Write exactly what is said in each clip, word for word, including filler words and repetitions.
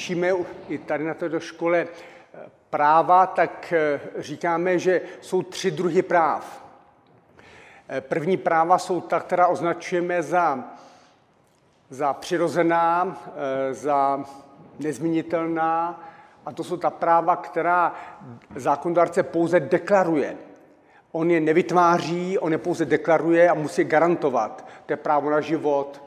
učíme i tady na této škole práva, tak říkáme, že jsou tři druhy práv. První práva jsou ta, která označujeme za, za přirozená, za nezměnitelná, a to jsou ta práva, která zákonodárce pouze deklaruje. On je nevytváří, on je pouze deklaruje a musí garantovat. To je právo na život,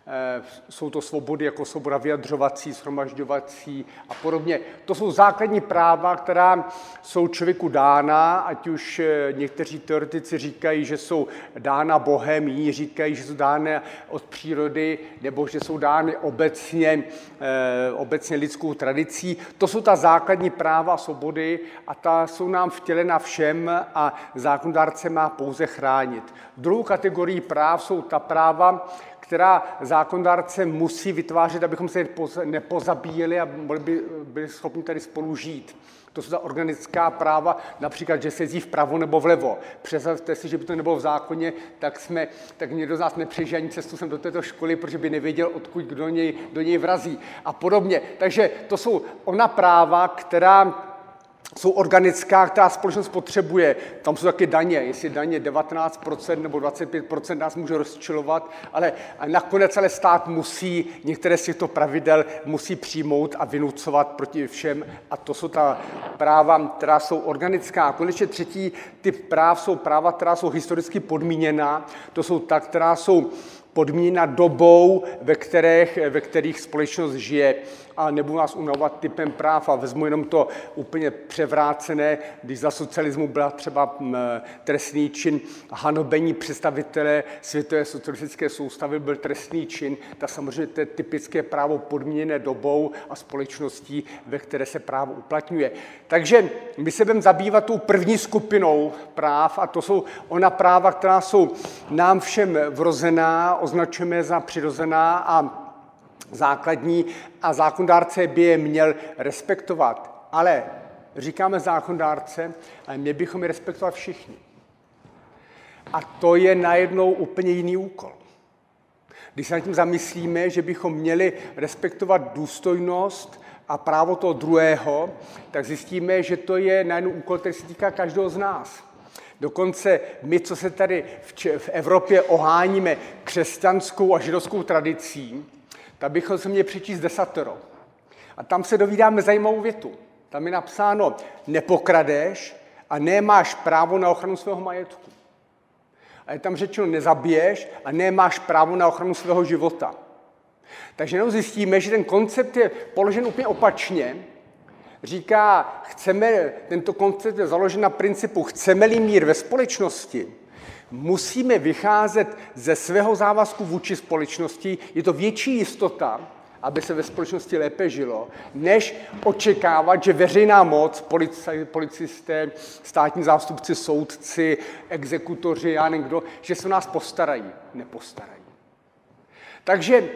jsou to svobody jako svoboda vyjadřovací, shromažďovací a podobně. To jsou základní práva, která jsou člověku dána, ať už někteří teoretici říkají, že jsou dána Bohem, jiní říkají, že jsou dány od přírody, nebo že jsou dány obecně, obecně lidskou tradicí. To jsou ta základní práva a svobody a ta jsou nám vtělena všem a zákonodárce má pouze chránit. Druhou kategorii práv jsou ta práva, která zákonodárce musí vytvářet, abychom se nepozabíjeli a byli, by, byli schopni tady spolu žít. To jsou ta organická práva, například, že se jezdí vpravo nebo vlevo. Představte si, že by to nebylo v zákoně, tak, jsme, tak někdo z nás nepřežije ani cestu sem do této školy, protože by nevěděl, odkud kdo do něj, do něj vrazí a podobně. Takže to jsou ona práva, která jsou organická, která společnost potřebuje. Tam jsou taky daně. Jestli daně devatenáct procent nebo dvacet pět procent nás může rozčilovat, ale nakonec ale stát musí některé z těchto pravidel musí přijmout a vynucovat proti všem. A to jsou ta práva, která jsou organická. A konečně třetí typ práv jsou práva, která jsou historicky podmíněná. To jsou ta, která jsou podmíněna dobou, ve kterých, ve kterých společnost žije. A nebudu vás unavovat typem práv a vezmu jenom to úplně převrácené, když za socialismu byla třeba trestný čin hanobení představitele světové socialistické soustavy, byl trestný čin, tak samozřejmě to je typické právo podmíněné dobou a společností, ve které se právo uplatňuje. Takže my se budeme zabývat tou první skupinou práv a to jsou ona práva, která jsou nám všem vrozená, označujeme za přirozená a základní a zákonodárce by je měl respektovat. Ale říkáme zákonodárce, ale měli bychom je respektovat všichni. A to je najednou úplně jiný úkol. Když se nad tím zamyslíme, že bychom měli respektovat důstojnost a právo toho druhého, tak zjistíme, že to je najednou úkol, který se týká každého z nás. Dokonce my, co se tady v Evropě oháníme křesťanskou a židovskou tradicí, tak bychom se měli přečíst desatero. A tam se dovídáme zajímavou větu. Tam je napsáno, nepokradeš a nemáš právo na ochranu svého majetku. A je tam řečeno, nezabiješ a nemáš právo na ochranu svého života. Takže jenom zjistíme, že ten koncept je položen úplně opačně. Říká, chceme, tento koncept je založen na principu, chceme-li mír ve společnosti, musíme vycházet ze svého závazku vůči společnosti. Je to větší jistota, aby se ve společnosti lépe žilo, než očekávat, že veřejná moc, polici, policisté, státní zástupci, soudci, exekutoři, já nevím kdo, že se o nás postarají. Nepostarají. Takže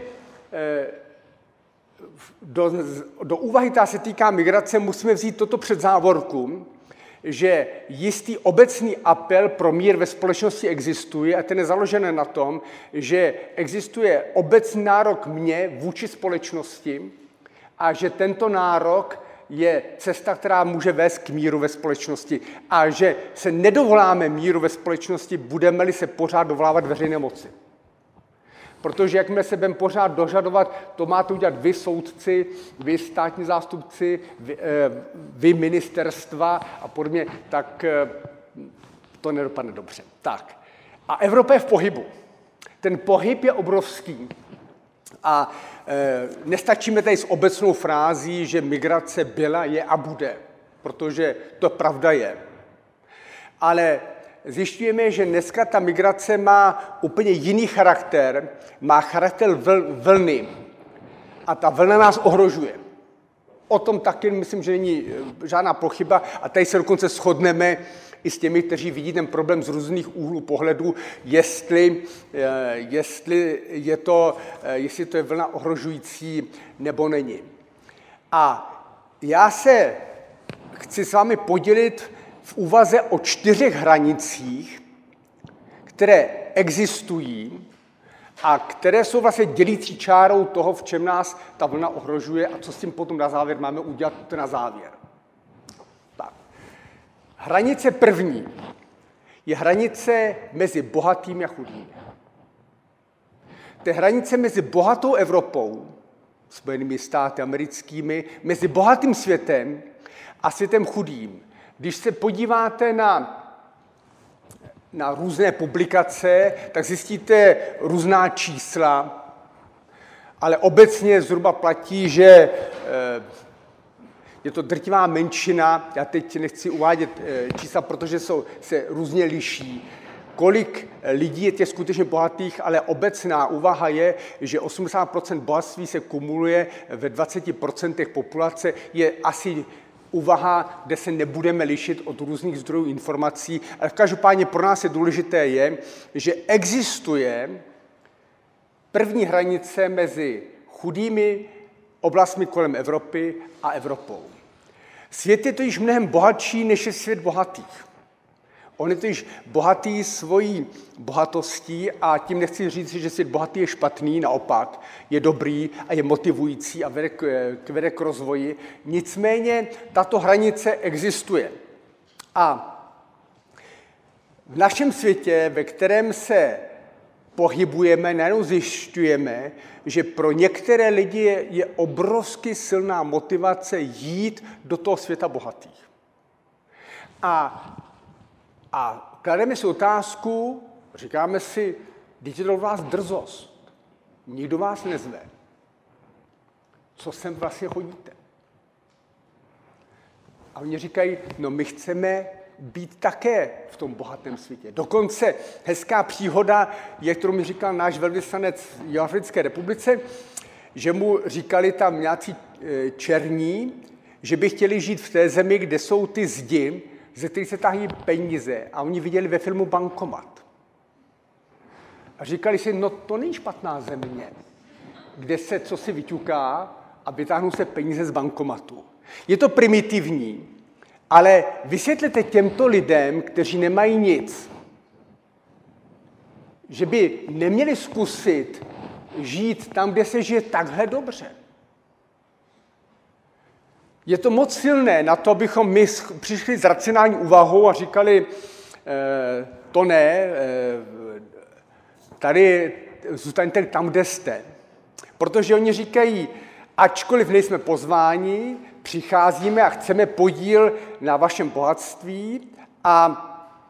do, do úvahy, která se týká migrace, musíme vzít toto před závorku, že jistý obecný apel pro mír ve společnosti existuje a ten je založen na tom, že existuje obecný nárok mě vůči společnosti a že tento nárok je cesta, která může vést k míru ve společnosti a že se nedovoláme míru ve společnosti, budeme-li se pořád dovolávat veřejné moci. Protože jakmile se budeme pořád dožadovat, to máte udělat vy soudci, vy státní zástupci, vy, vy ministerstva a podobně, tak to nedopadne dobře. Tak. A Evropa je v pohybu. Ten pohyb je obrovský. A e, nestačíme tady s obecnou frází, že migrace byla, je a bude, protože to pravda je. Ale zjišťujeme, že dneska ta migrace má úplně jiný charakter, má charakter vl- vlny a ta vlna nás ohrožuje. O tom taky myslím, že není žádná pochyba a tady se dokonce shodneme i s těmi, kteří vidí ten problém z různých úhlů pohledu, jestli, jestli, je to, jestli to je vlna ohrožující nebo není. A já se chci s vámi podělit v úvaze o čtyřech hranicích, které existují a které jsou vlastně dělící čárou toho, v čem nás ta vlna ohrožuje a co s tím potom na závěr máme udělat, to na závěr. Tak. Hranice první je hranice mezi bohatými a chudými. To je hranice mezi bohatou Evropou, Spojenými státy americkými, mezi bohatým světem a světem chudým. Když se podíváte na, na různé publikace, tak zjistíte různá čísla, ale obecně zhruba platí, že je to drtivá menšina, já teď nechci uvádět čísla, protože jsou, se různě liší, kolik lidí je těch skutečně bohatých, ale obecná úvaha je, že osmdesát procent bohatství se kumuluje ve dvacet procent populace, je asi úvaha, kde se nebudeme lišit od různých zdrojů informací, ale v každopádně pro nás je důležité je, že existuje první hranice mezi chudými oblastmi kolem Evropy a Evropou. Svět je to již mnohem bohatší, než je svět bohatých. On je totiž bohatý svojí bohatostí a tím nechci říct, že svět bohatý je špatný, naopak je dobrý a je motivující a vede k, vede k rozvoji. Nicméně tato hranice existuje. A v našem světě, ve kterém se pohybujeme, najednou zjišťujeme, že pro některé lidi je, je obrovsky silná motivace jít do toho světa bohatých. A A klademe si otázku, říkáme si, vždyť je to od vás drzost. Nikdo vás nezve. Co sem vlastně chodíte? A oni říkají, no my chceme být také v tom bohatém světě. Dokonce hezká příhoda je, kterou mi říkal náš velvyslanec v Jihoafrické republice, že mu říkali tam nějací černí, že by chtěli žít v té zemi, kde jsou ty zdi, ze kterých se tahají peníze a oni viděli ve filmu Bankomat. A říkali si, no to není špatná země, kde se co si vyťuká a vytáhnou se peníze z bankomatu. Je to primitivní, ale vysvětlete těmto lidem, kteří nemají nic, že by neměli zkusit žít tam, kde se žije takhle dobře. Je to moc silné na to, abychom my přišli s racionální úvahou a říkali, e, to ne, e, tady zůstaňte tam, kde jste. Protože oni říkají, ačkoliv nejsme pozváni, přicházíme a chceme podíl na vašem bohatství a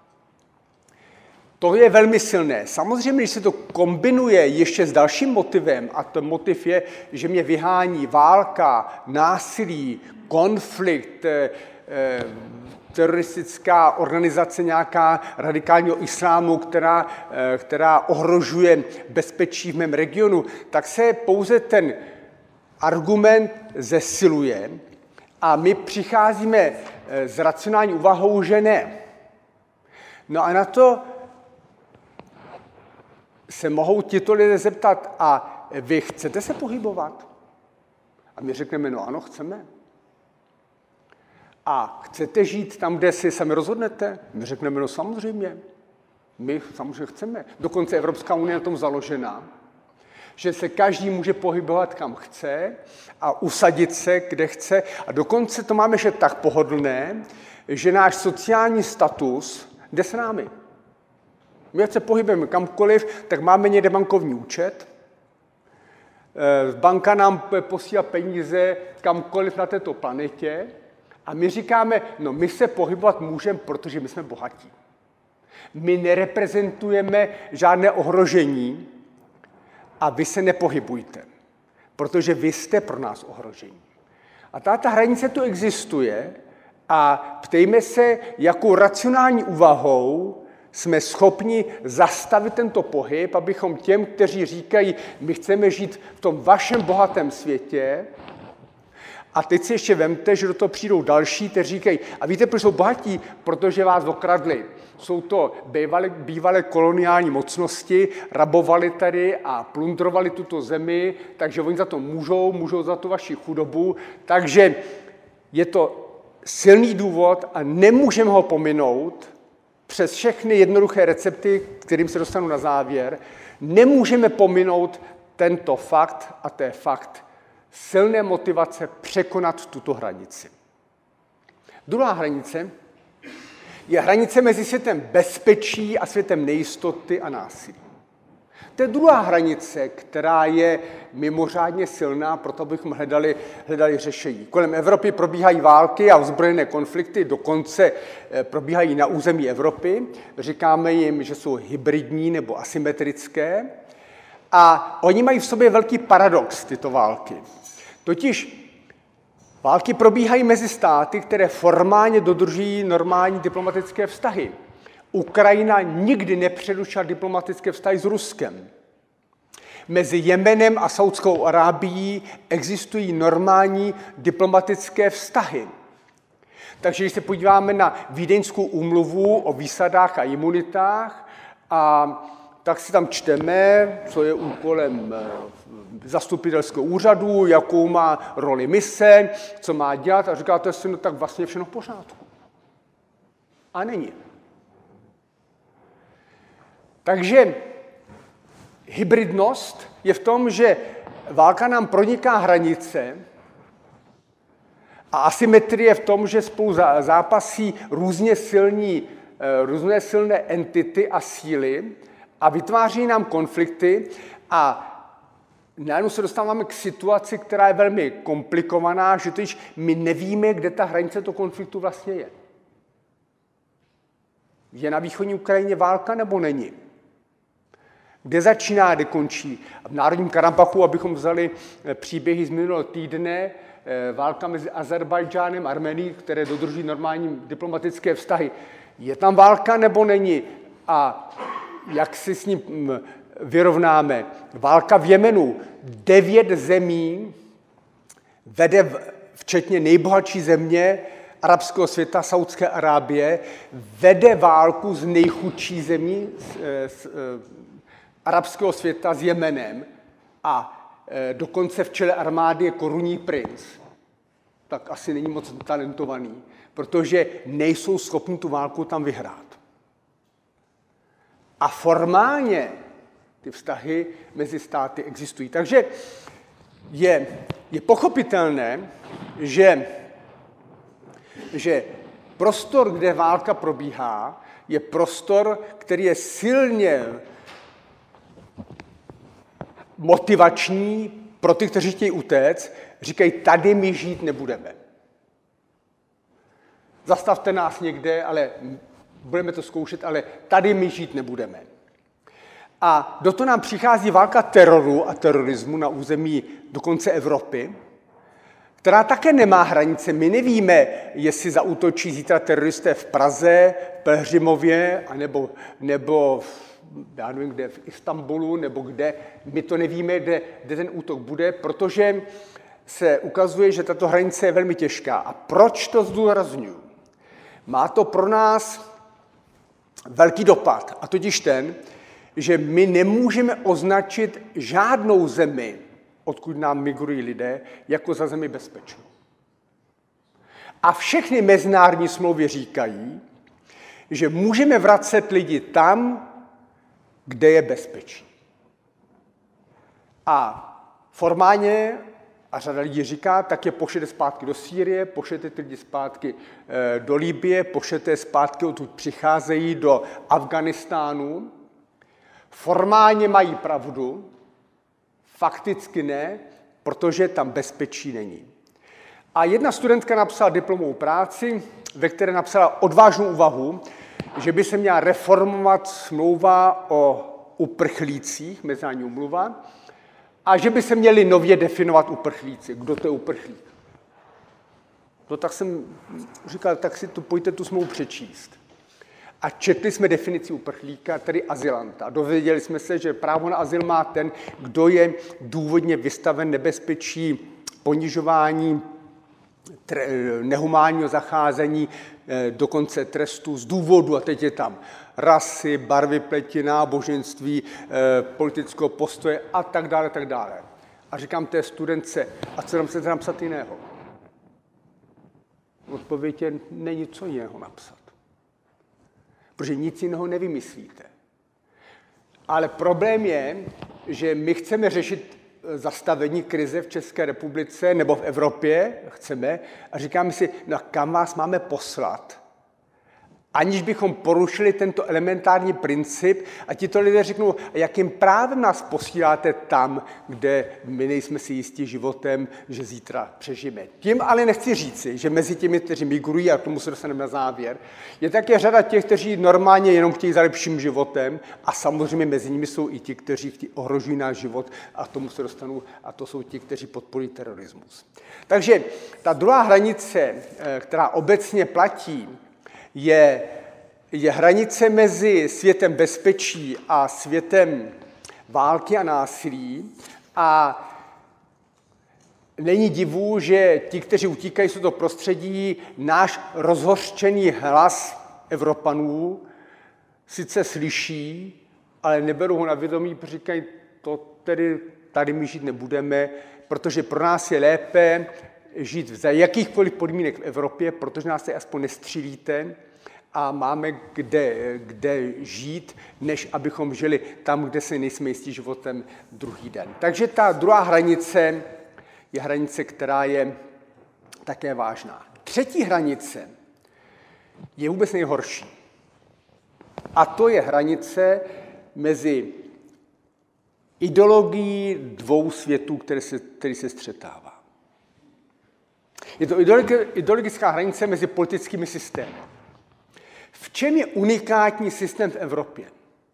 to je velmi silné. Samozřejmě, když se to kombinuje ještě s dalším motivem, a ten motiv je, že mě vyhání válka, násilí, konflikt, eh, teroristická organizace nějaká radikálního islámu, která, eh, která ohrožuje bezpečí v mém regionu, tak se pouze ten argument zesiluje a my přicházíme eh, s racionální úvahou, že ne. No a na to se mohou tito lidé zeptat, a vy chcete se pohybovat? A my řekneme, no ano, chceme. A chcete žít tam, kde si sami rozhodnete? My řekneme, no samozřejmě. My samozřejmě chceme. Dokonce Evropská unie je na tom založena, že se každý může pohybovat, kam chce a usadit se, kde chce. A dokonce to máme, že tak pohodlné, že náš sociální status jde s námi. My se pohybujeme kamkoliv, tak máme někde bankovní účet. Banka nám posílá peníze kamkoliv na této planetě a my říkáme, no my se pohybovat můžeme, protože my jsme bohatí. My nereprezentujeme žádné ohrožení a vy se nepohybujte, protože vy jste pro nás ohrožení. A tato hranice tu existuje a ptejme se, jakou racionální úvahou jsme schopni zastavit tento pohyb, abychom těm, kteří říkají, my chceme žít v tom vašem bohatém světě, a teď si ještě vemte, že do toho přijdou další, kteří říkají, a víte, proč jsou bohatí? Protože vás okradli. Jsou to bývalé, bývalé koloniální mocnosti, rabovali tady a plundrovali tuto zemi, takže oni za to můžou, můžou za tu vaši chudobu, takže je to silný důvod a nemůžeme ho pominout přes všechny jednoduché recepty, kterým se dostanu na závěr, nemůžeme pominout tento fakt, a to je fakt silné motivace překonat tuto hranici. Druhá hranice je hranice mezi světem bezpečí a světem nejistoty a násilí. To je druhá hranice, která je mimořádně silná, proto bychom hledali, hledali řešení. Kolem Evropy probíhají války a ozbrojené konflikty, dokonce probíhají na území Evropy. Říkáme jim, že jsou hybridní nebo asymetrické. A oni mají v sobě velký paradox, tyto války. Totiž války probíhají mezi státy, které formálně dodržují normální diplomatické vztahy. Ukrajina nikdy nepřerušila diplomatické vztahy s Ruskem. Mezi Jemenem a Saudskou Arábií existují normální diplomatické vztahy. Takže když se podíváme na Vídeňskou úmluvu o výsadách a imunitách, a tak si tam čteme, co je úkolem zastupitelského úřadu, jakou má roli mise, co má dělat, a říkáte si, no tak vlastně všechno v pořádku. A není. Takže hybridnost je v tom, že válka nám proniká hranice, a asymetrie je v tom, že spolu zápasí různě silní, různé silné entity a síly a vytváří nám konflikty, a najednou se dostáváme k situaci, která je velmi komplikovaná, že totiž my nevíme, kde ta hranice toho konfliktu vlastně je. Je na východní Ukrajině válka nebo není? Kde začíná a kde končí? V Národním Karabachu, abychom vzali příběhy z minulého týdne, válka mezi Azerbajdžánem a Arménií, které dodržují normální diplomatické vztahy. Je tam válka nebo není? A jak si s ním vyrovnáme? Válka v Jemenu. Devět zemí vede, včetně nejbohatší země arabského světa, Saudské Arábie, vede válku z nejchudší zemí z, z, arabského světa s Jemenem, a e, dokonce v čele armády je korunní princ. Tak asi není moc talentovaný, protože nejsou schopni tu válku tam vyhrát. A formálně ty vztahy mezi státy existují. Takže je, je pochopitelné, že, že prostor, kde válka probíhá, je prostor, který je silně motivační pro ty, kteří chtějí utéct, říkají, tady my žít nebudeme. Zastavte nás někde, ale budeme to zkoušet, ale tady my žít nebudeme. A do toho nám přichází válka teroru a terorismu na území dokonce Evropy, která také nemá hranice. My nevíme, jestli zaútočí zítra teroristé v Praze, v Pelhřimově, anebo, nebo já nevím, kde, v Istanbulu, nebo kde. My to nevíme, kde, kde ten útok bude, protože se ukazuje, že tato hranice je velmi těžká. A proč to zdůrazňuji? Má to pro nás velký dopad, a totiž ten, že my nemůžeme označit žádnou zemi, odkud nám migrují lidé, jako za zemi bezpečnou. A všechny mezinárodní smlouvy říkají, že můžeme vracet lidi tam, kde je bezpečí. A formálně, a řada lidí říká, tak je pošlete zpátky do Sýrie, pošlete ty lidi zpátky do Libye, pošlete zpátky, odtud přicházejí do Afghánistánu. Formálně mají pravdu, fakticky ne, protože tam bezpečí není. A jedna studentka napsala diplomovou práci, ve které napsala odvážnou úvahu, že by se měla reformovat smlouva o uprchlících, mezinárodní úmluva, a že by se měli nově definovat uprchlíci. Kdo to je uprchlík? No tak jsem říkal, tak si tu, pojďte tu smlouvu přečíst. A četli jsme definici uprchlíka, tedy azylanta. Dověděli jsme se, že právo na azyl má ten, kdo je důvodně vystaven nebezpečí, ponižování, tre, nehumánního zacházení, dokonce trestu z důvodu, a teď je tam rasy, barvy pleti, náboženství, politického postoje a tak dále, tak dále. A říkám té studentce, a co nám se tam napsat jiného? Odpověď je, není co jiného napsat. protože nic jiného nevymyslíte. Ale problém je, že my chceme řešit zastavení krize v České republice nebo v Evropě, chceme, a říkáme si, no kam vás máme poslat, aniž bychom porušili tento elementární princip a tito lidé řeknou, jakým právem nás posíláte tam, kde my nejsme si jistí životem, že zítra přežijeme. Tím ale nechci říci, že mezi těmi, kteří migrují, a k tomu se dostaneme na závěr, je také řada těch, kteří normálně jenom chtějí za lepším životem a samozřejmě mezi nimi jsou i ti, kteří chtějí ohrožují náš život a k tomu se dostanu, a to jsou ti, kteří podporují terorismus. Takže ta druhá hranice, která obecně platí, Je, je hranice mezi světem bezpečí a světem války a násilí. A není divu, že ti, kteří utíkají z toho prostředí, náš rozhořčený hlas Evropanů sice slyší, ale neberou ho na vědomí, protože říkají, to tedy tady my žít nebudeme, protože pro nás je lépe žít za jakýchkoliv podmínek v Evropě, protože nás tady aspoň nestřílíte a máme kde, kde žít, než abychom žili tam, kde se nejsme jistí životem druhý den. Takže ta druhá hranice je hranice, která je také vážná. Třetí hranice je vůbec nejhorší. A to je hranice mezi ideologií dvou světů, které se, který se střetává. Je to ideologická hranice mezi politickými systémy. V čem je unikátní systém v Evropě?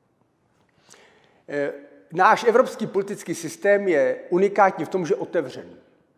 Náš evropský politický systém je unikátní v tom, že je otevřený.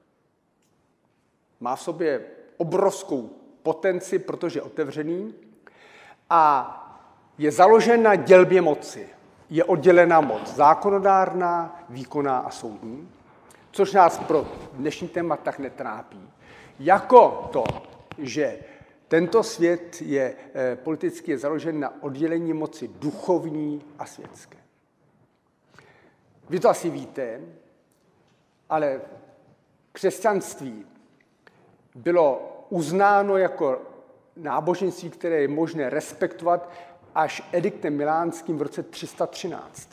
Má v sobě obrovskou potenci, protože je otevřený a je založen na dělbě moci. Je oddělená moc zákonodárná, výkonná a soudní, což nás pro dnešní téma tak netrápí. Jako to, že tento svět je politicky je založen na oddělení moci duchovní a světské. Vy to asi víte, ale křesťanství bylo uznáno jako náboženství, které je možné respektovat až ediktem milánským v roce tři sta třináct.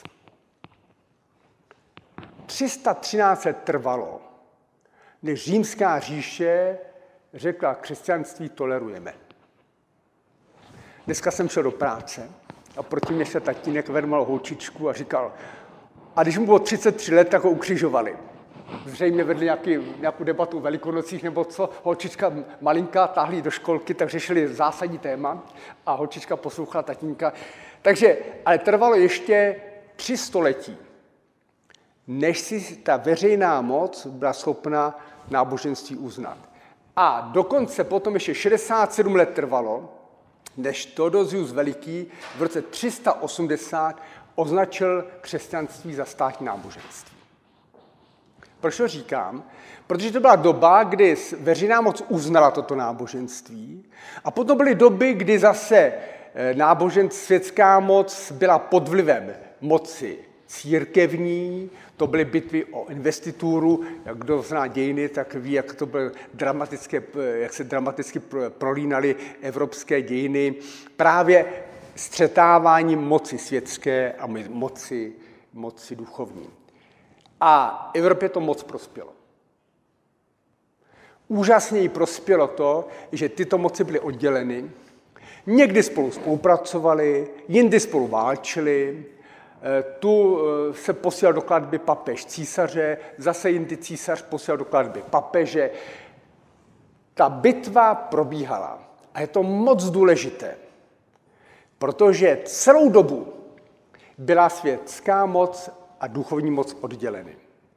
tři sta třináct let trvalo, než římská říše řekla, křesťanství tolerujeme. Dneska jsem šel do práce a proti mě se tatínek vedl malou holčičku a říkal, a když mu bylo třicet tři let, tak ho ukřižovali. Zřejmě vedli nějaký, nějakou debatu o Velikonocích nebo co. Holčička malinká táhli do školky, tak řešili zásadní téma a holčička poslouchala tatínka. Takže, ale trvalo ještě tři století, než si ta veřejná moc byla schopna náboženství uznat. A dokonce potom ještě šedesát sedm let trvalo, než Teodosius Veliký v roce tři sta osmdesát označil křesťanství za státní náboženství. Proč to říkám? Protože to byla doba, kdy veřejná moc uznala toto náboženství a potom byly doby, kdy zase náboženství, světská moc byla pod vlivem moci církevní, to byly bitvy o investituru, jak kdo zná dějiny, tak ví, jak to bylo dramatické, jak se dramaticky prolínaly evropské dějiny, právě střetáváním moci světské a moci, moci duchovní. A Evropě to moc prospělo. Úžasně jí prospělo to, že tyto moci byly odděleny, někdy spolu spolupracovali, jindy spolu válčili, tu se posílal do klatby papež císaře, zase jindy císař posílal do klatby papeže. Ta bitva probíhala a je to moc důležité, protože celou dobu byla světská moc a duchovní moc odděleny.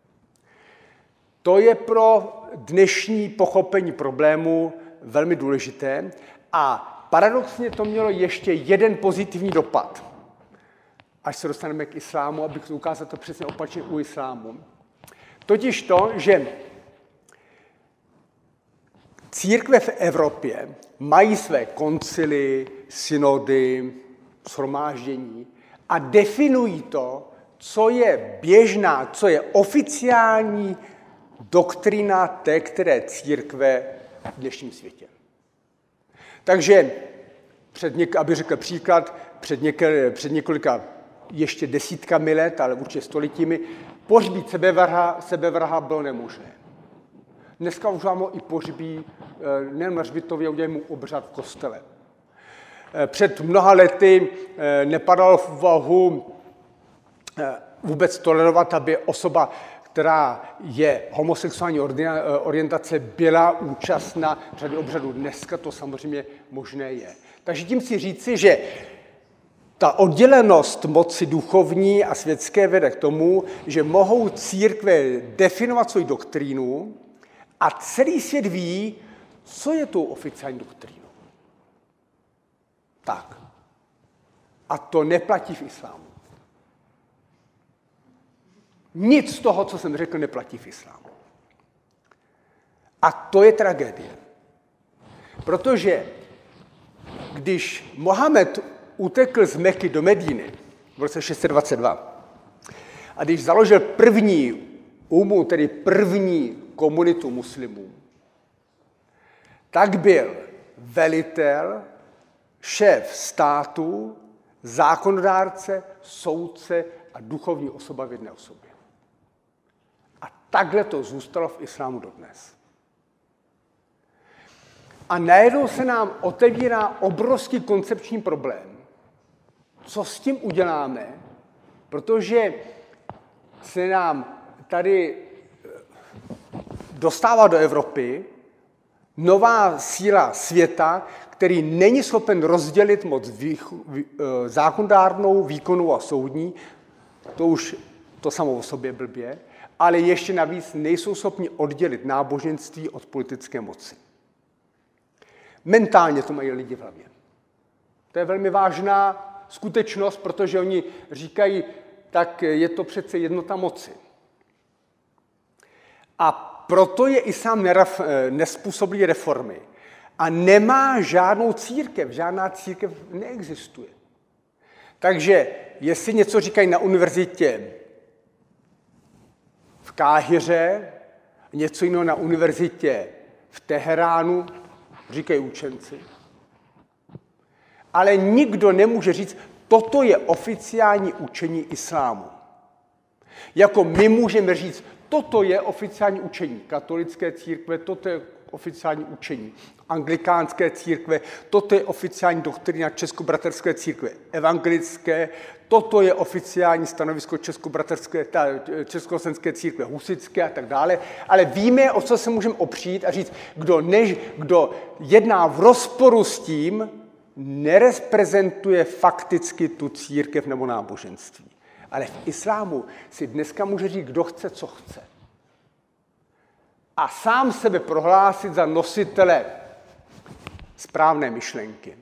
To je pro dnešní pochopení problému velmi důležité a paradoxně to mělo ještě jeden pozitivní dopad. Až se dostaneme k islámu, abych to ukázal to přesně opačně u islámu. Totiž to, že církve v Evropě mají své koncily, synody, shromáždění a definují to, co je běžná, co je oficiální doktrína té, které církve v dnešním světě. Takže, před něk- aby řekl příklad, před, něk- před několika ještě desítkami let, ale určitě stoletími, pohřbít sebevraha, sebevraha bylo nemožné. Dneska už vám ho i pohřbí nejen na hřbitově, udělají mu obřad v kostele. Před mnoha lety nepadalo v úvahu vůbec tolerovat, aby osoba, která je homosexuální orientace, byla účastna řady obřadů. Dneska to samozřejmě možné je. Takže tím si říci, že ta oddělenost moci duchovní a světské vede k tomu, že mohou církve definovat svou doktrínu a celý svět ví, co je tou oficiální doktrínou. Tak. A to neplatí v islámu. Nic z toho, co jsem řekl, neplatí v islámu. A to je tragédie. Protože když Mohamed utekl z Meky do Medíny v roce šest set dvacet dva a když založil první umu, tedy první komunitu muslimů, tak byl velitel, šéf státu, zákonodárce, soudce a duchovní osoba v jedné osobě. A takhle to zůstalo v islámu dodnes. A najednou se nám otevírá obrovský koncepční problém. Co s tím uděláme? Protože se nám tady dostává do Evropy nová síla světa, který není schopen rozdělit moc výchu, vý, zákonodárnou, výkonnou a soudní, to už to samo o sobě blbě, ale ještě navíc nejsou schopni oddělit náboženství od politické moci. Mentálně to mají lidi v hlavě. To je velmi vážná skutečnost, protože oni říkají, tak je to přece jednota moci. A proto je islám neref, nespůsobilý reformy. A nemá žádnou církev, žádná církev neexistuje. Takže jestli něco říkají na univerzitě v Káhiře, něco jiného na univerzitě v Teheránu, říkají učenci. Ale nikdo nemůže říct, toto je oficiální učení islámu. Jako my můžeme říct, toto je oficiální učení katolické církve, toto je oficiální učení anglikánské církve, toto je oficiální doktrína Českobratrské církve evangelické, toto je oficiální stanovisko Českobratrské, Československé církve husitské a tak dále, ale víme, o co se můžeme opřít a říct, kdo, než, kdo jedná v rozporu s tím, nereprezentuje fakticky tu církev nebo náboženství. Ale v islámu si dneska může říct, kdo chce, co chce. A sám sebe prohlásit za nositele správné myšlenky.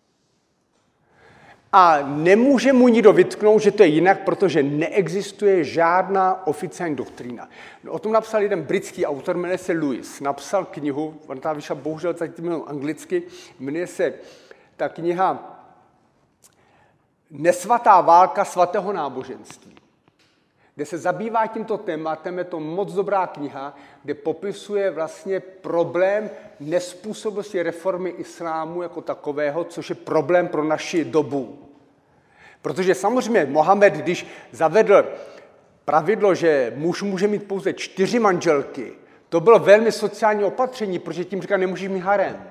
A nemůže mu nikdo vytknout, že to je jinak, protože neexistuje žádná oficiální doktrína. No, o tom napsal jeden britský autor, jmenuje se Lewis. Napsal knihu, on tam vyšla bohužel zatím anglicky, jmenuje se ta kniha Nesvatá válka svatého náboženství, kde se zabývá tímto tématem. Je to moc dobrá kniha, kde popisuje vlastně problém nezpůsobilosti reformy islámu jako takového, což je problém pro naši dobu. Protože samozřejmě Mohamed, když zavedl pravidlo, že muž může mít pouze čtyři manželky, to bylo velmi sociální opatření, protože tím říká, nemůžeš mít harem.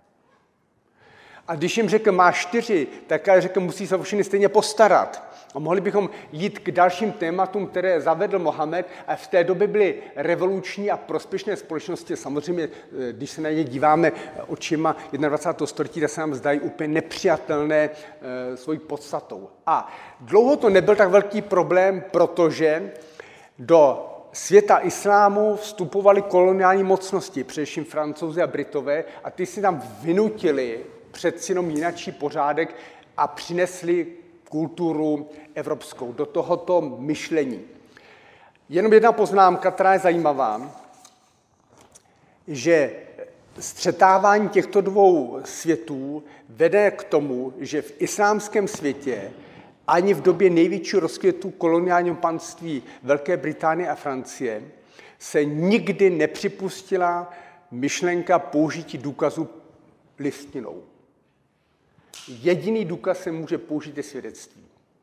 A když jim řekl, má čtyři, tak já řekl, musí se o všechny stejně postarat. A mohli bychom jít k dalším tématům, které zavedl Mohamed, a v té době byly revoluční a prospěšné společnosti. Samozřejmě, když se na ně díváme očima dvacátého prvního století, tak se nám zdají úplně nepřijatelné e, svojí podstatou. A dlouho to nebyl tak velký problém, protože do světa islámu vstupovaly koloniální mocnosti, především Francouzi a Britové, a ty si tam vynutili přeci jenom jinačí pořádek a přinesli kulturu evropskou do tohoto myšlení. Jenom jedna poznámka, která je zajímavá, že střetávání těchto dvou světů vede k tomu, že v islámském světě ani v době největšího rozkvětu koloniálního panství Velké Británie a Francie se nikdy nepřipustila myšlenka použití důkazů listinou. Jediný důkaz se může použít je svědectví.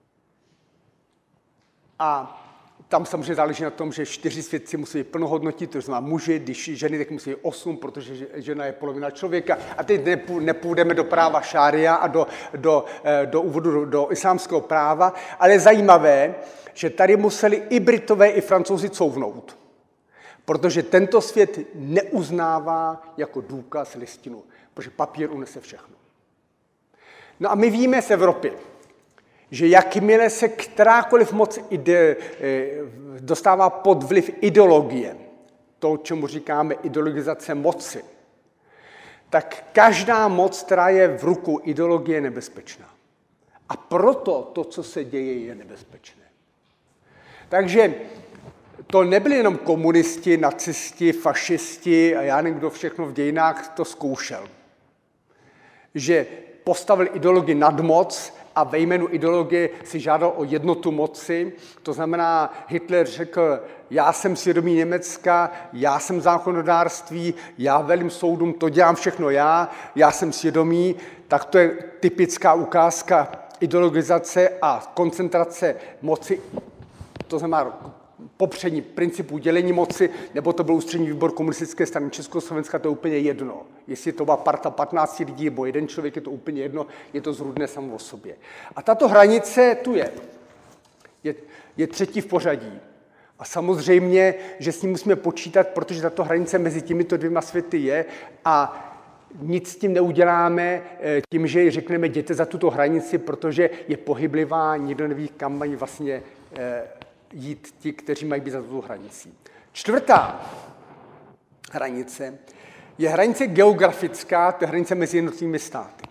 A tam samozřejmě záleží na tom, že čtyři svědci musí být plnohodnotní, to znamená muži, když ženy, tak musí být osm, protože žena je polovina člověka. A teď nepůjdeme do práva šária a do, do, do úvodu do, do islámského práva, ale je zajímavé, že tady museli i Britové, i Francouzi couvnout, protože tento svět neuznává jako důkaz listinu, protože papír unese všechno. No a my víme z Evropy, že jakmile se kterákoliv moc ide, dostává pod vliv ideologie, to, čemu říkáme ideologizace moci, tak každá moc, která je v rukou ideologie, je nebezpečná. A proto to, co se děje, je nebezpečné. Takže to nebyli jenom komunisti, nacisti, fašisti a já nevím, kdo všechno v dějinách to zkoušel. Že postavil ideologii nad moc a ve jménu ideologie si žádal o jednotu moci. To znamená, Hitler řekl, já jsem svědomí Německa, já jsem zákonodárství, já velím soudům, to dělám všechno já, já jsem svědomí. Tak to je typická ukázka ideologizace a koncentrace moci. To znamená popření principů dělení moci, nebo to byl ústřední výbor komunistické strany Československa, to je úplně jedno. Jestli to byla parta patnácti lidí nebo jeden člověk, je to úplně jedno, je to zrůdné samo o sobě. A tato hranice tu je. Je, je třetí v pořadí. A samozřejmě, že s ní musíme počítat, protože tato hranice mezi těmito dvěma světy je a nic s tím neuděláme tím, že řekneme, jděte za tuto hranici, protože je pohyblivá, nikdo neví, kam mají vlastně jít ti, kteří mají být za tuto hranicí. Čtvrtá hranice je hranice geografická, to je hranice mezi jednotlivými státy.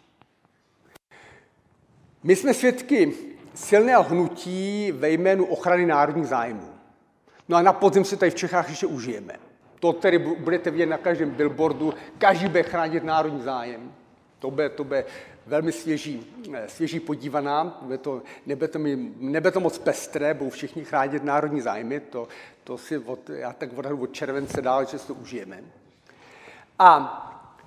My jsme svědky silného hnutí ve jménu ochrany národních zájmů. No a na podzim se tady v Čechách ještě užijeme. To tedy budete vidět na každém billboardu, každý bude chránit národní zájem. To bude, to bude velmi svěží, svěží podívaná, nebude to, nebude, to, nebude to moc pestré, budou všichni chránit národní zájmy, to, to si od, já tak odhadu od července dál, že si to užijeme. A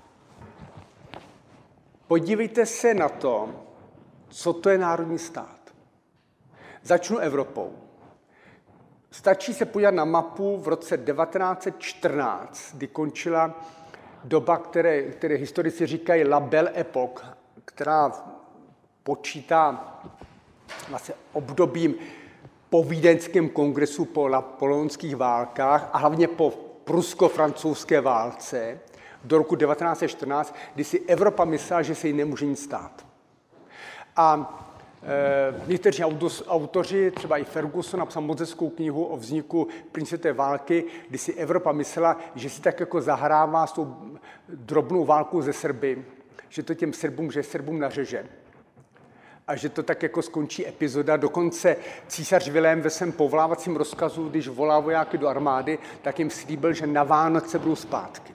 podívejte se na to, co to je národní stát. Začnu Evropou. Stačí se podívat na mapu v roce devatenáct set čtrnáct, kdy končila doba, které, které historici říkají La Belle Époque, která počítá vlastně obdobím po Vídeňském kongresu, po napoleonských válkách a hlavně po prusko-francouzské válce do roku devatenáct set čtrnáct, kdy si Evropa myslela, že se jí nemůže nic stát. A e, někteří autoři, třeba i Ferguson, napsal moc hezkou knihu o vzniku první světové války, kdy si Evropa myslela, že si tak jako zahrává s tou drobnou válkou ze Srby, že to těm Srbům, že Srbům nařeže. A že to tak jako skončí epizoda. Dokonce císař Vilém ve svém povolávacím rozkazu, když volá vojáky do armády, tak jim slíbil, že na Vánoce budou zpátky.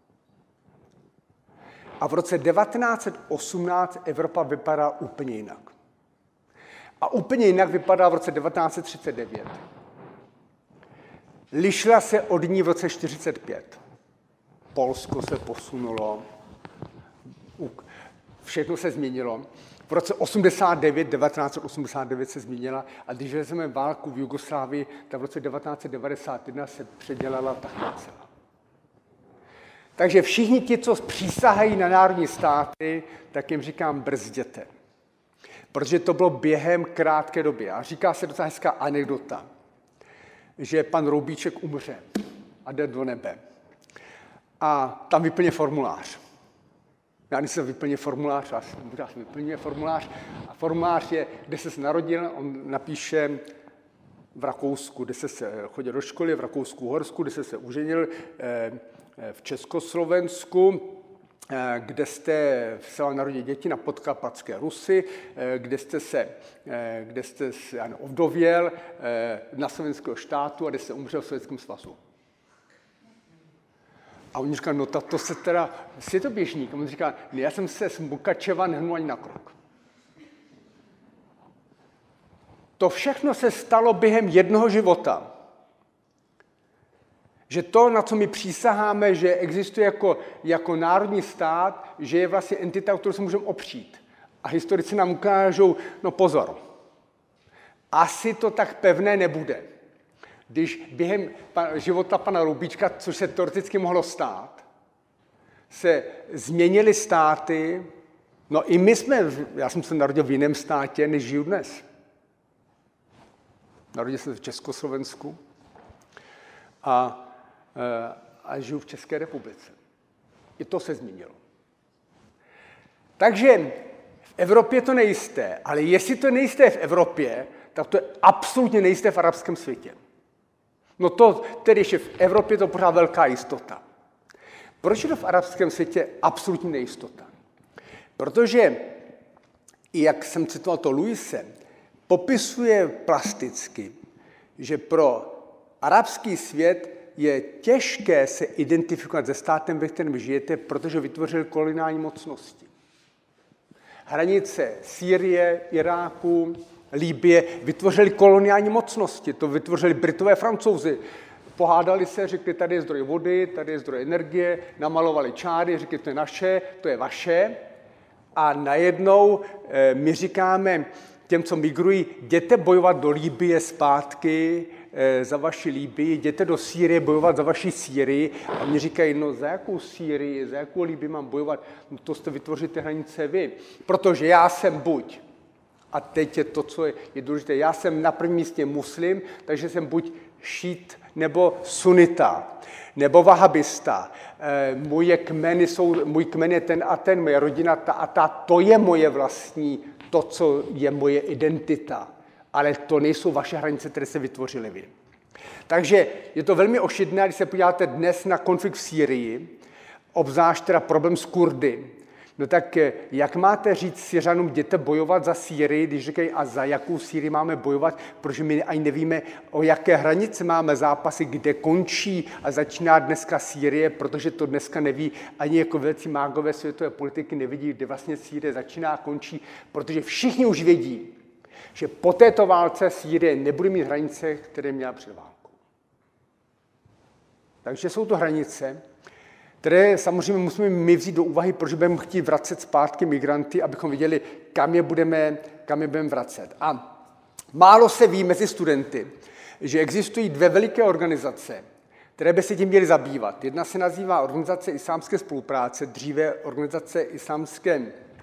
A v roce devatenáct set osmnáct Evropa vypadá úplně jinak. A úplně jinak vypadá v roce devatenáct set třicet devět. Lišila se od ní v roce čtyřicet pět. Polsko se posunulo, všechno se změnilo. V roce osmdesát devět, devatenáct set osmdesát devět se změnila a když vezmeme válku v Jugoslávii, tak v roce devatenáct set devadesát jedna se předělala takhle celá. Takže všichni ti, co přísahají na národní státy, tak jim říkám brzděte. Protože to bylo během krátké doby. A říká se docela hezká anekdota, že pan Roubíček umře a jde do nebe. A tam vyplně formulář. Já když se vyplně formulář, a vyplňuje formulář, a formulář je, kde se narodil, on napíše v Rakousku, kde se chodil do školy, v Rakousku-Horsku, kde se se uženil, v Československu, kde jste se vám narodili děti na Podkarpatské Rusy, kde jste se, kde jste se ano, ovdověl na slovenského štátu a kde jste umřel v Sovětském svazu. A on říká, no to se teda, je to běžník. A on říká, ne, já jsem se z Mukačeva nehnul ani na krok. To všechno se stalo během jednoho života. Že to, na co my přísaháme, že existuje jako, jako národní stát, že je vlastně entita, o kterou se můžeme opřít. A historici nám ukážou, no pozor, asi to tak pevné nebude. Když během života pana Roubíčka, což se teoreticky mohlo stát, se změnily státy, no i my jsme, já jsem se narodil v jiném státě, než žiju dnes. Narodil jsem se v Československu a, a žiju v České republice. I to se změnilo. Takže v Evropě je to nejisté, ale jestli to nejisté v Evropě, tak to je absolutně nejisté v arabském světě. No to tedy, že v Evropě je to pořád velká jistota. Proč je to v arabském světě absolutní nejistota? Protože, i jak jsem citoval to Luise, popisuje plasticky, že pro arabský svět je těžké se identifikovat se státem, ve kterém žijete, protože vytvořil koloniální mocnosti. Hranice Sýrie, Iráku, Libye vytvořili koloniální mocnosti. To vytvořili Britové, Francouzi. Pohádali se, řekli, tady je zdroj vody, tady je zdroj energie, namalovali čáry, řekli, to je naše, to je vaše. A najednou e, my říkáme těm, co migrují, jděte bojovat do Libye zpátky e, za vaši Libii, jděte do Sýrie bojovat za vaši Sýrii. A oni říkají, no za jakou Sýrii, za jakou Libii mám bojovat? No to jste vytvoříte hranice vy. Protože já jsem buď, a teď je to, co je, je důležité, já jsem na prvním místě muslim, takže jsem buď šít nebo sunita, nebo vahabista. E, moje kmeny jsou, můj kmen je ten a ten, moje rodina ta a ta, to je moje vlastní, to, co je moje identita. Ale to nejsou vaše hranice, které se vytvořily vy. Takže je to velmi ošidné, když se podíváte dnes na konflikt v Sýrii, obzvlášť teda problém s Kurdy. No tak jak máte říct Syřanům, jděte bojovat za Sýrii, když říkají, a za jakou Sýrii máme bojovat, protože my ani nevíme, o jaké hranice máme zápasy, kde končí a začíná dneska Sýrie, protože to dneska neví ani jako velcí mágové světové politiky nevidí, kde vlastně Sýrie začíná a končí, protože všichni už vědí, že po této válce Sýrie nebude mít hranice, které měla před válkou. Takže jsou to hranice, které samozřejmě musíme my vzít do úvahy, protože budeme chtít vracet zpátky migranty, abychom viděli, kam je budeme, kam je budeme vracet. A málo se ví mezi studenty, že existují dvě veliké organizace, které by se tím měly zabývat. Jedna se nazývá Organizace islámské spolupráce, dříve Organizace islámské,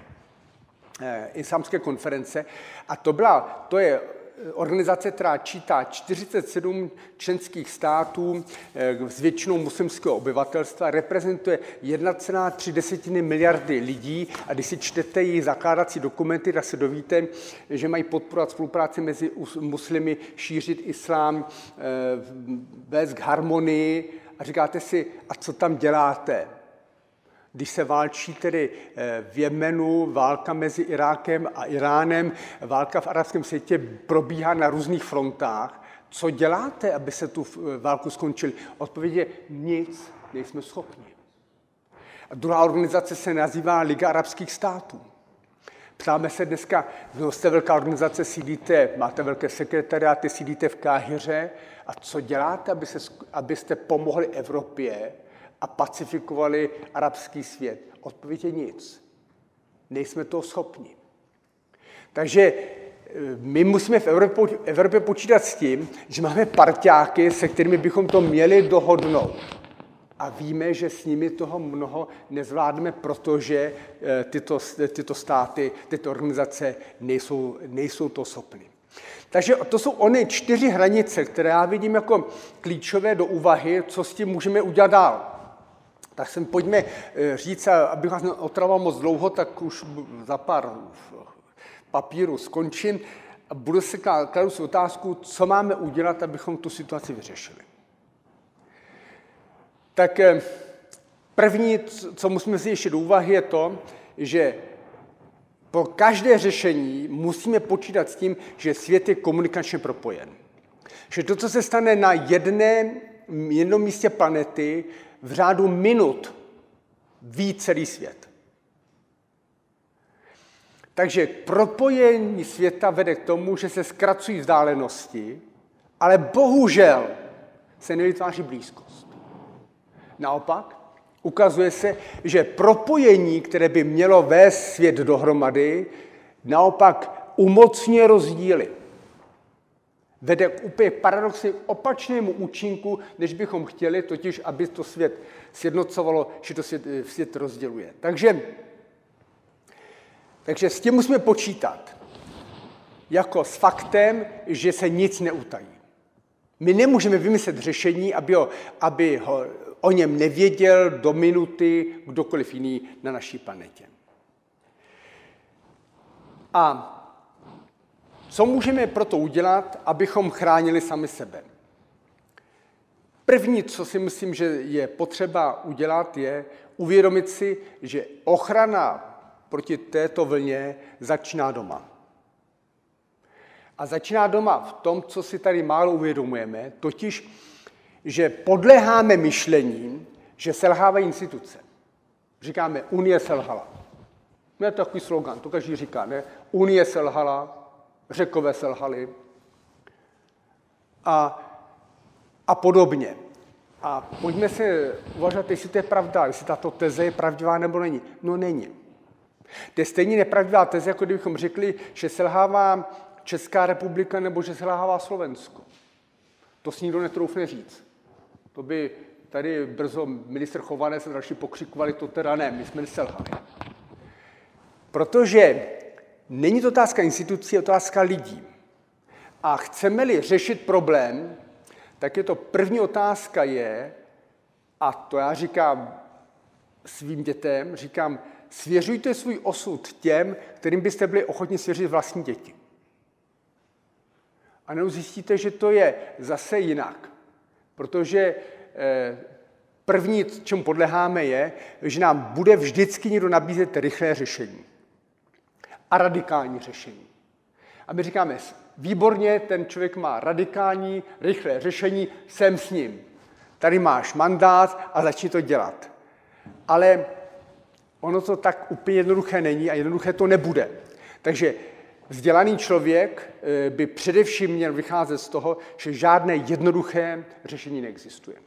eh, islámské konference. A to, byla, to je organizace, která čítá čtyřicet sedm členských států s většinou muslimského obyvatelstva, reprezentuje jedna celá tři miliardy lidí a když si čtete její zakládací dokumenty, tak se dovíte, že mají podporovat spolupráci mezi muslimy, šířit islám, vést k harmonii a říkáte si, a co tam děláte? Když se válčí tedy v Jemenu, válka mezi Irákem a Iránem, válka v arabském světě probíhá na různých frontách. Co děláte, aby se tu válku skončili? Odpověď je nic, nejsme schopni. A druhá organizace se nazývá Liga arabských států. Ptáme se dneska, no jste velká organizace, sídlíte, máte velké sekretariáty, sídlíte v Káhiře. A co děláte, aby se, abyste pomohli Evropě a pacifikovali arabský svět? Odpověď je nic. Nejsme toho schopni. Takže my musíme v Evropě, v Evropě počítat s tím, že máme parťáky, se kterými bychom to měli dohodnout. A víme, že s nimi toho mnoho nezvládneme, protože tyto, tyto státy, tyto organizace nejsou, nejsou to schopny. Takže to jsou ony čtyři hranice, které já vidím jako klíčové do úvahy, co s tím můžeme udělat dál. Tak sem pojďme říct, abych vás neotravoval moc dlouho, tak už za pár papíru skončím a budu se kladu si otázku, co máme udělat, abychom tu situaci vyřešili. Tak první, co musíme si ještě do úvahy, je to, že pro každé řešení musíme počítat s tím, že svět je komunikačně propojen. Že to, co se stane na jedné, jednom místě planety, v řádu minut ví celý svět. Takže propojení světa vede k tomu, že se zkracují vzdálenosti, ale bohužel se nevytváří blízkost. Naopak, Ukazuje se, že propojení, které by mělo vést svět dohromady, naopak umocňuje rozdíly. Vede k úplně paradoxně opačnému účinku, než bychom chtěli, totiž aby to svět sjednocovalo, že to svět, svět rozděluje. Takže, takže s tím musíme počítat. Jako s faktem, že se nic neutají. My nemůžeme vymyslet řešení, aby ho, aby ho o něm nevěděl do minuty kdokoliv jiný na naší planetě. A co můžeme proto udělat, abychom chránili sami sebe? První, co si myslím, že je potřeba udělat, je uvědomit si, že ochrana proti této vlně začíná doma. A začíná doma v tom, co si tady málo uvědomujeme, totiž, že podléháme myšlení, že selhávají instituce. Říkáme, Unie selhala. No je to takový slogan, to každý říká, ne? Unie selhala, Řekové selhali a, a podobně. A pojďme se uvažovat, jestli to je pravda, jestli tato teze je pravdivá nebo není. No není. To je stejně nepravdivá teze, jako kdybychom řekli, že selhává Česká republika nebo že selhává Slovensko. To si nikdo netroufne říct. To by tady brzo ministr Chovanec a další pokřikovali, to teda ne, my jsme neselhali. Protože není to otázka institucí, je to otázka lidí. A chceme-li řešit problém, tak je to první otázka je, a to já říkám svým dětem, říkám, svěřujte svůj osud těm, kterým byste byli ochotni svěřit vlastní děti. A nebo zjistíte, že to je zase jinak. Protože první, čemu podléháme, je, že nám bude vždycky někdo nabízet rychlé řešení. A radikální řešení. A my říkáme, výborně, ten člověk má radikální, rychlé řešení, jsem s ním. Tady máš mandát a začni to dělat. Ale ono to tak úplně jednoduché není a jednoduché to nebude. Takže vzdělaný člověk by především měl vycházet z toho, že žádné jednoduché řešení neexistuje.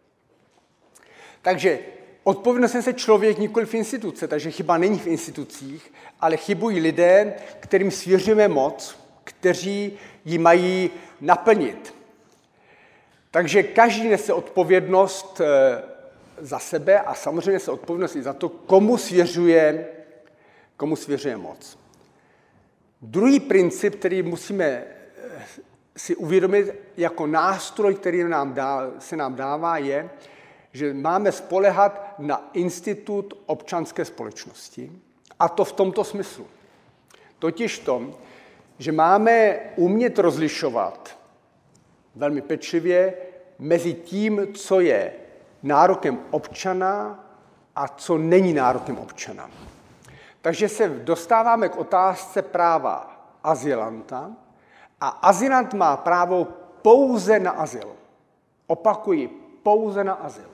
Takže odpovědnost nese člověk, nikoli v instituce, takže chyba není v institucích, ale chybují lidé, kterým svěřujeme moc, kteří ji mají naplnit. Takže každý nese odpovědnost za sebe a samozřejmě nese odpovědnost i za to, komu svěřuje, komu svěřuje moc. Druhý princip, který musíme si uvědomit jako nástroj, který nám dá, se nám dává, je, že máme spoléhat na institut občanské společnosti, a to v tomto smyslu. Totiž tom, že máme umět rozlišovat velmi pečlivě mezi tím, co je nárokem občana a co není nárokem občana. Takže se dostáváme k otázce práva azylanta a azylant má právo pouze na azyl. Opakuji, pouze na azyl.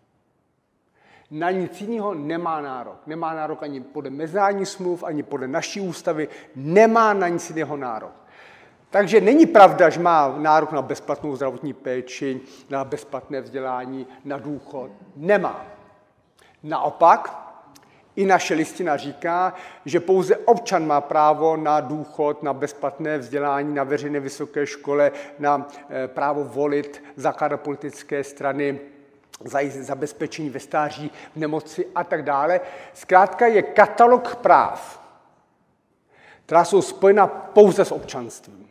Na nic jiného nemá nárok. Nemá nárok ani podle mezinárodních smluv, ani podle naší ústavy. Nemá na nic jiného nárok. Takže není pravda, že má nárok na bezplatnou zdravotní péči, na bezplatné vzdělání, na důchod. Nemá. Naopak, i naše listina říká, že pouze občan má právo na důchod, na bezplatné vzdělání, na veřejné vysoké škole, na právo volit, zakládat politické strany, zajistit zabezpečení ve stáří, v nemoci a tak dále. Zkrátka je katalog práv, která jsou spojena pouze s občanstvím.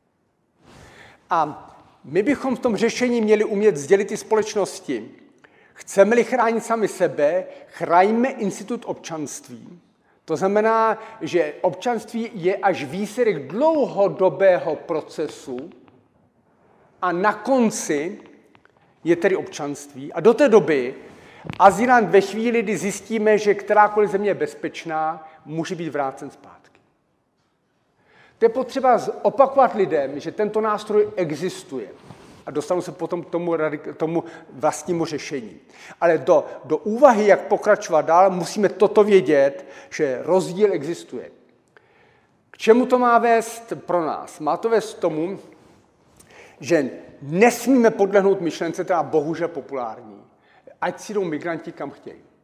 A my bychom v tom řešení měli umět sdělit i společnosti. Chceme-li chránit sami sebe, chraňme institut občanství. To znamená, že občanství je až výsledek dlouhodobého procesu a na konci je tedy občanství. A do té doby azylant ve chvíli, kdy zjistíme, že kterákoliv země je bezpečná, může být vrácen zpátky. To je potřeba opakovat lidem, že tento nástroj existuje. A dostanu se potom k tomu, tomu vlastnímu řešení. Ale do, do úvahy, jak pokračovat dál, musíme toto vědět, že rozdíl existuje. K čemu to má vést pro nás? Má to vést k tomu, že nesmíme podlehnout myšlence, která bohužel populární. Ať si jdou migranti kam chtějí.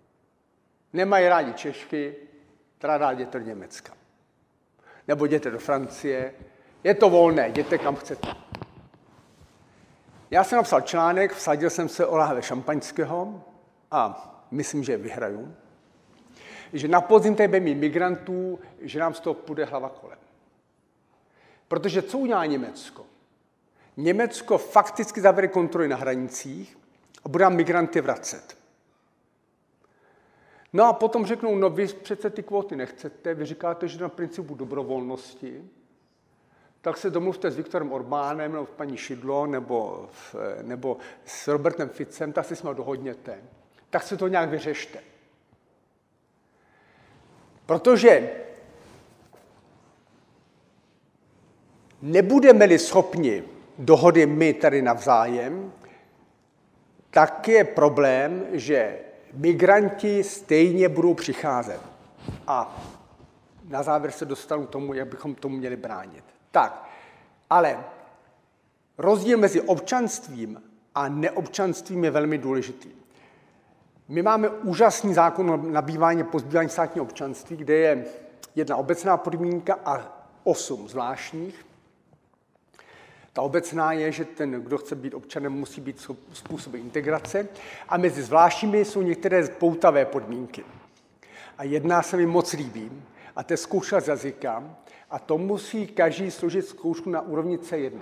Nemají rádi Češky, teda jděte do Německa. Nebo jděte do Francie. Je to volné, jděte kam chcete. Já jsem napsal článek, vsadil jsem se o láhve šampaňského a myslím, že vyhraju. Že na podzim tady bude mít migrantů, že nám z toho půjde hlava kolem. Protože co udělá Německo? Německo fakticky zavede kontroly na hranicích a bude nám migranty vracet. No a potom řeknou, no vy přece ty kvóty nechcete, vy říkáte, že na principu dobrovolnosti, tak se domluvte s Viktorem Orbánem, nebo paní Šidlo, nebo, nebo s Robertem Ficem, tak se s ním dohodněte. Tak se to nějak vyřešte. Protože nebudeme-li schopni dohody my tady navzájem, tak je problém, že migranti stejně budou přicházet. A na závěr se dostanu k tomu, jak bychom tomu měli bránit. Tak, ale rozdíl mezi občanstvím a neobčanstvím je velmi důležitý. My máme úžasný zákon o nabývání a pozbývání státního občanství, kde je jedna obecná podmínka a osm zvláštních. Ta obecná je, že ten, kdo chce být občanem, musí být způsoby integrace. A mezi zvláštními jsou některé poutavé podmínky. A jedna se mi moc líbí, a to je zkouška z jazyka. A to musí každý složit zkoušku na úrovni C jedna.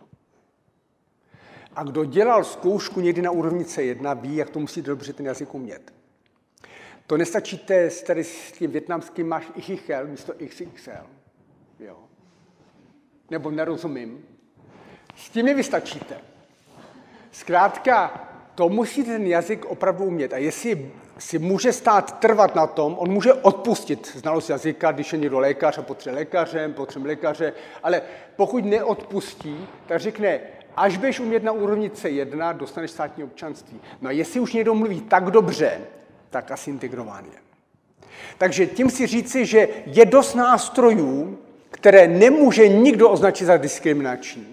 A kdo dělal zkoušku někdy na úrovni C jedna, ví, jak to musí dobře ten jazyk umět. To nestačíte, tady s tím větnamským máš ichichel místo iks iks el. Jo. Nebo nerozumím. S tím nevystačíte. Zkrátka, to musí ten jazyk opravdu umět. A jestli si může stát trvat na tom, on může odpustit znalost jazyka, když je někdo lékař a potřebuje lékařem, potřebuje lékaře, ale pokud neodpustí, tak řekne, až budeš umět na úrovni C jedna, dostaneš státní občanství. No a jestli už někdo mluví tak dobře, tak asi integrován je. Takže tím si říci, že je dost nástrojů, které nemůže nikdo označit za diskriminační,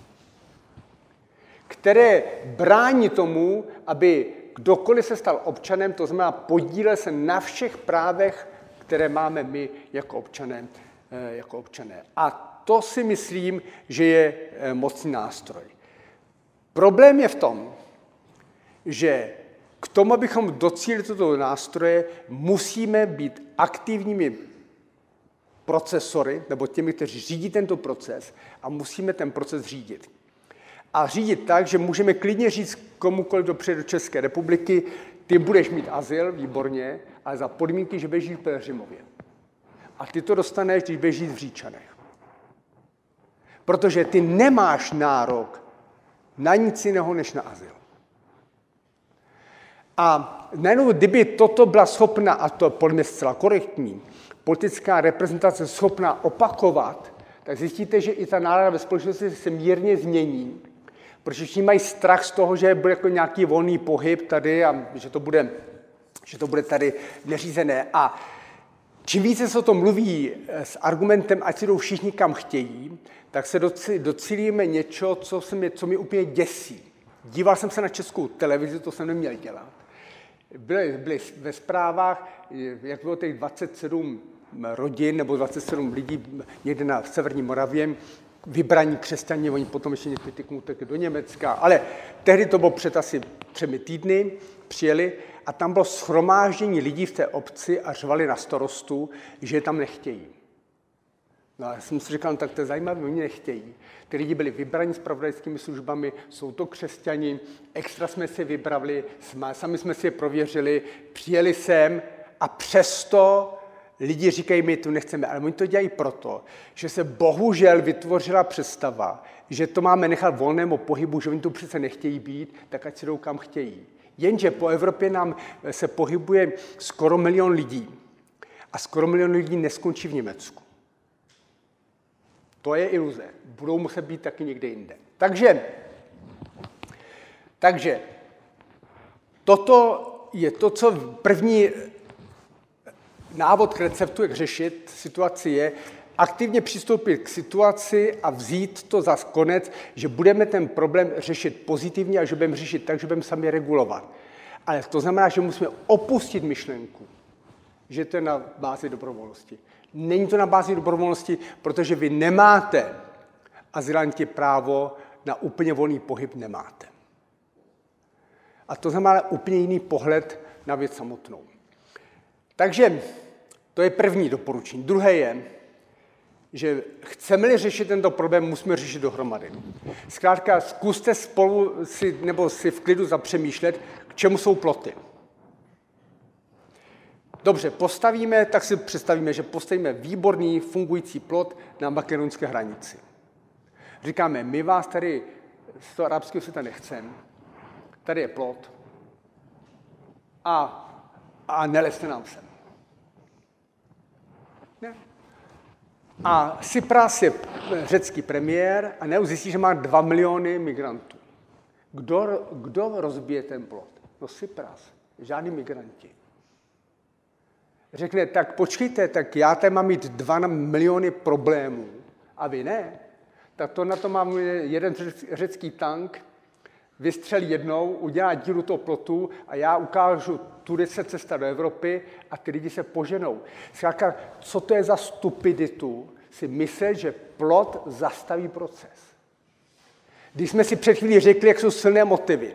které brání tomu, aby kdokoliv se stal občanem, to znamená podílel se na všech právech, které máme my jako občané. Jako občané. A to si myslím, že je mocný nástroj. Problém je v tom, že k tomu, abychom docílili toto nástroje, musíme být aktivními procesory, nebo těmi, kteří řídí tento proces, a musíme ten proces řídit. A řídit tak, že můžeme klidně říct komukoliv, kdo přijde do České republiky, ty budeš mít azyl, výborně, ale za podmínky, že budeš žít v Pelhřimově. A ty to dostaneš, když budeš žít v Říčanech. Protože ty nemáš nárok na nic jiného, než na azyl. A najednou, kdyby toto byla schopna, a to je podle mě zcela korektní, politická reprezentace schopná opakovat, tak zjistíte, že i ta nálada ve společnosti se mírně změní, protože všichni mají strach z toho, že bude jako nějaký volný pohyb tady a že to bude, že to bude tady neřízené. A čím více se o tom mluví s argumentem, ať si jdou všichni kam chtějí, tak se docílíme něčeho, co, se mě, co mě úplně děsí. Díval jsem se na Českou televizi, to jsem neměl dělat. Byly, byly ve zprávách, jak bylo těch dvacet sedm rodin nebo dvacet sedm lidí někde na severní Moravě, vybraní křesťané, oni potom ještě někdy utekli do Německa, ale tehdy to bylo před asi třemi týdny, přijeli a tam bylo shromáždění lidí v té obci a řvali na starostu, že je tam nechtějí. No a já jsem si říkal, no, tak to je zajímavé, oni nechtějí. Ty lidi byli vybraní zpravodajskými službami, jsou to křesťani, extra jsme si vybrali, sami jsme si je prověřili, přijeli sem a přesto lidi říkají, my tu nechceme, ale oni to dělají proto, že se bohužel vytvořila představa, že to máme nechat volnému pohybu, že oni tu přece nechtějí být, tak ať si jdou kam chtějí. Jenže po Evropě nám se pohybuje skoro milion lidí a skoro milion lidí neskončí v Německu. To je iluze. Budou muset být taky někde jinde. Takže, takže toto je to, co první návod k receptu, jak řešit situaci, je aktivně přistoupit k situaci a vzít to za konec, že budeme ten problém řešit pozitivně a že budeme řešit tak, že budeme sami regulovat. Ale to znamená, že musíme opustit myšlenku, že to je na bázi dobrovolnosti. Není to na bázi dobrovolnosti, protože vy nemáte, azylanti, právo na úplně volný pohyb nemáte. A to znamená úplně jiný pohled na věc samotnou. Takže to je první doporučení. Druhé je, že chceme-li řešit tento problém, musíme řešit dohromady. Zkrátka, zkuste spolu si, nebo si v klidu zapřemýšlet, k čemu jsou ploty. Dobře, postavíme, tak si představíme, že postavíme výborný fungující plot na makedonské hranici. Říkáme, my vás tady z toho arabského světa nechceme, tady je plot a, a nelezte nám sem. Ne. A Tsipras je řecký premiér a najednou zjistí, že má dva miliony migrantů. Kdo, kdo rozbije ten plot? No Tsipras, žádný migranti. Řekne, tak počkejte, tak já tady mám mít dva miliony problémů a vy ne. Tak to na to mám jeden řecký tank, vystřelí jednou, udělá díru toho plotu a já ukážu, tudy se cesta do Evropy a ty lidi se poženou. Zkrátka, co to je za stupiditu si myslet, že plot zastaví proces. Když jsme si před chvílí řekli, jak jsou silné motivy.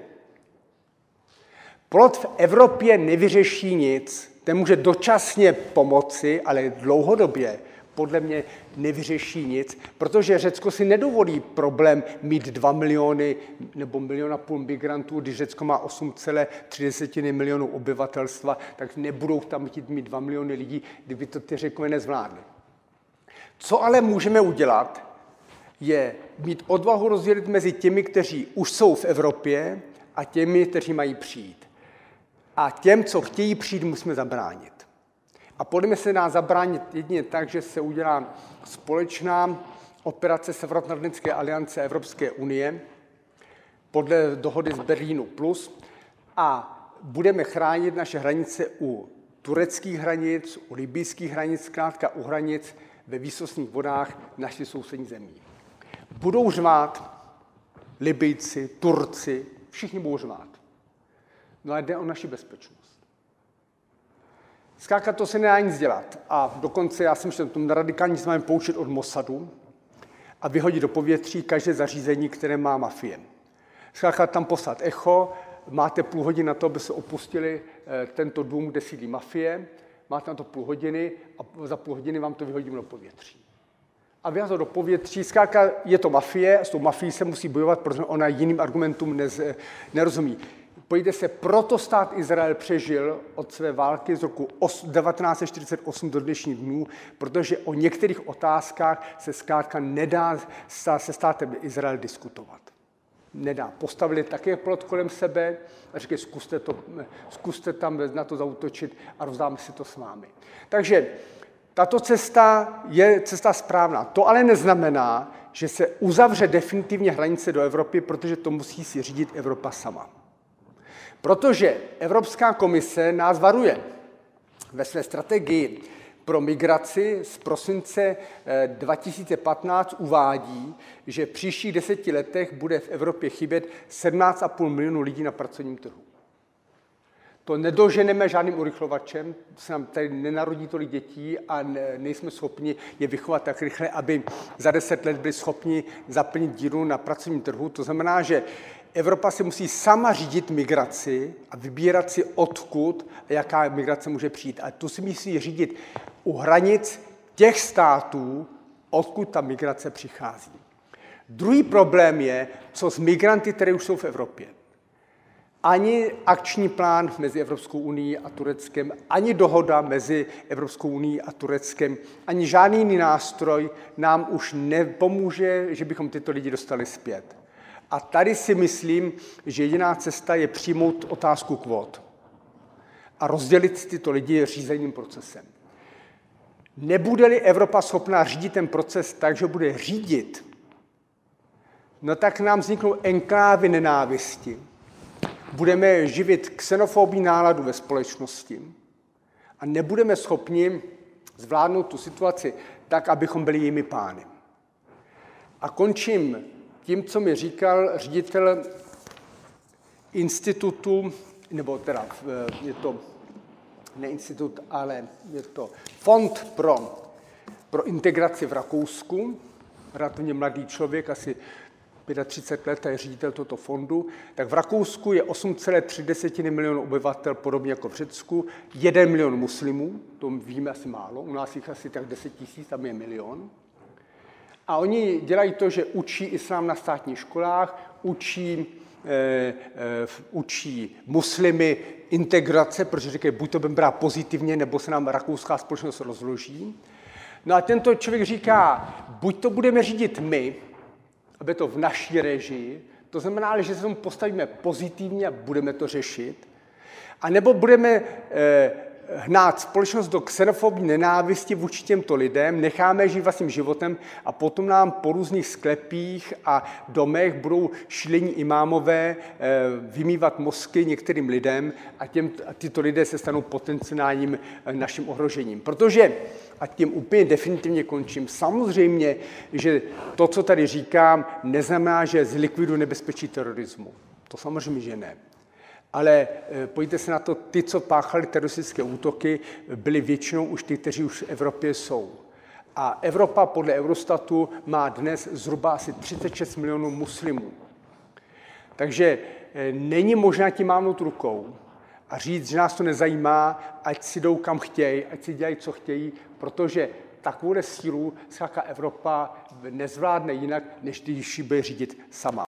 Plot v Evropě nevyřeší nic, ten může dočasně pomoci, ale dlouhodobě podle mě nevyřeší nic, protože Řecko si nedovolí problém mít dva miliony nebo milion a půl migrantů, když Řecko má osm celé tři milionů obyvatelstva, tak nebudou tam chtít mít dva miliony lidí, kdyby to ty Řekové nezvládly. Co ale můžeme udělat, je mít odvahu rozdělit mezi těmi, kteří už jsou v Evropě a těmi, kteří mají přijít. A těm, co chtějí přijít, musíme zabránit. A podle mě se dá zabránit jedině tak, že se udělá společná operace Severoatlantické aliance Evropské unie podle dohody z Berlínu plus a budeme chránit naše hranice u tureckých hranic, u libijských hranic, zkrátka u hranic ve výsostných vodách našich sousedních zemí. Budou řvát Libijci, Turci, všichni budou řvát. No a jde o naši bezpečnost. Zkrátka to se nedá nic dělat. A dokonce já jsem šel tomu radikální se máme poučit od Mossadu a vyhodit do povětří každé zařízení, které má mafie. Zkrátka tam poslat echo, máte půl hodiny na to, aby se opustili tento dům, kde sídlí mafie, máte na to půl hodiny a za půl hodiny vám to vyhodíme do povětří. A vyházet to do povětří, zkrátka je to mafie, s tou mafií se musí bojovat, protože ona jiným argumentům nez, nerozumí. Pojďte se, proto stát Izrael přežil od své války z roku devatenáct set čtyřicet osm do dnešních dnů, protože o některých otázkách se zkrátka nedá se státem Izrael diskutovat. Nedá. Postavili také plot kolem sebe a říkají, zkuste, to, zkuste tam na to zaútočit a rozdáme si to s vámi. Takže tato cesta je cesta správná. To ale neznamená, že se uzavře definitivně hranice do Evropy, protože to musí si řídit Evropa sama. Protože Evropská komise nás varuje ve své strategii pro migraci z prosince dva tisíce patnáct uvádí, že v příštích deseti letech bude v Evropě chybět sedmnáct a půl milionu lidí na pracovním trhu. To nedoženeme žádným urychlovačem, se nám tady nenarodí tolik dětí a nejsme schopni je vychovat tak rychle, aby za deset let byli schopni zaplnit díru na pracovním trhu. To znamená, že Evropa si musí sama řídit migraci a vybírat si, odkud a jaká migrace může přijít. A tu si musí řídit u hranic těch států, odkud ta migrace přichází. Druhý problém je, co s migranty, které už jsou v Evropě. Ani akční plán mezi Evropskou unií a Tureckem, ani dohoda mezi Evropskou unií a Tureckem, ani žádný jiný nástroj nám už nepomůže, že bychom tyto lidi dostali zpět. A tady si myslím, že jediná cesta je přijmout otázku kvót a rozdělit tyto lidi řízeným procesem. Nebude-li Evropa schopná řídit ten proces tak, že bude řídit, no tak nám vzniknou enklávy nenávisti. Budeme živit xenofobní náladu ve společnosti a nebudeme schopni zvládnout tu situaci tak, abychom byli jimi pány. A končím tím, co mi říkal ředitel institutu, nebo teda je to ne institut, ale je to Fond pro, pro integraci v Rakousku, relativně mladý člověk, asi třicet pět let, je ředitel tohoto fondu, tak v Rakousku je osm celá tři milionu obyvatel, podobně jako v Řecku, jeden milion muslimů, to víme asi málo, u nás jich asi tak deset tisíc, tam je milion. A oni dělají to, že učí islám na státních školách, učí, eh, eh, učí muslimy integrace, protože říkají, buď to budeme brát pozitivně, nebo se nám rakouská společnost rozloží. No a tento člověk říká, buď to budeme řídit my, aby to v naší režii, to znamená, že se tomu postavíme pozitivně a budeme to řešit, a nebo budeme eh, hnát společnost do xenofobní nenávisti vůči těmto lidem, necháme žít vlastním životem a potom nám po různých sklepích a domech budou šílení imámové eh, vymývat mozky některým lidem a, těm, a tyto lidé se stanou potenciálním eh, naším ohrožením. Protože, a tím úplně definitivně končím, samozřejmě, že to, co tady říkám, neznamená, že zlikviduji nebezpečí terorismu. To samozřejmě, že ne. Ale pojďte se na to, ty, co páchali teroristické útoky, byli většinou už ty, kteří už v Evropě jsou. A Evropa podle Eurostatu má dnes zhruba asi třicet šest milionů muslimů. Takže není možné tím mávnout rukou a říct, že nás to nezajímá, ať si jdou kam chtějí, ať si dělají, co chtějí, protože takovou sílu zkrátka Evropa nezvládne jinak, než když ji bude řídit sama.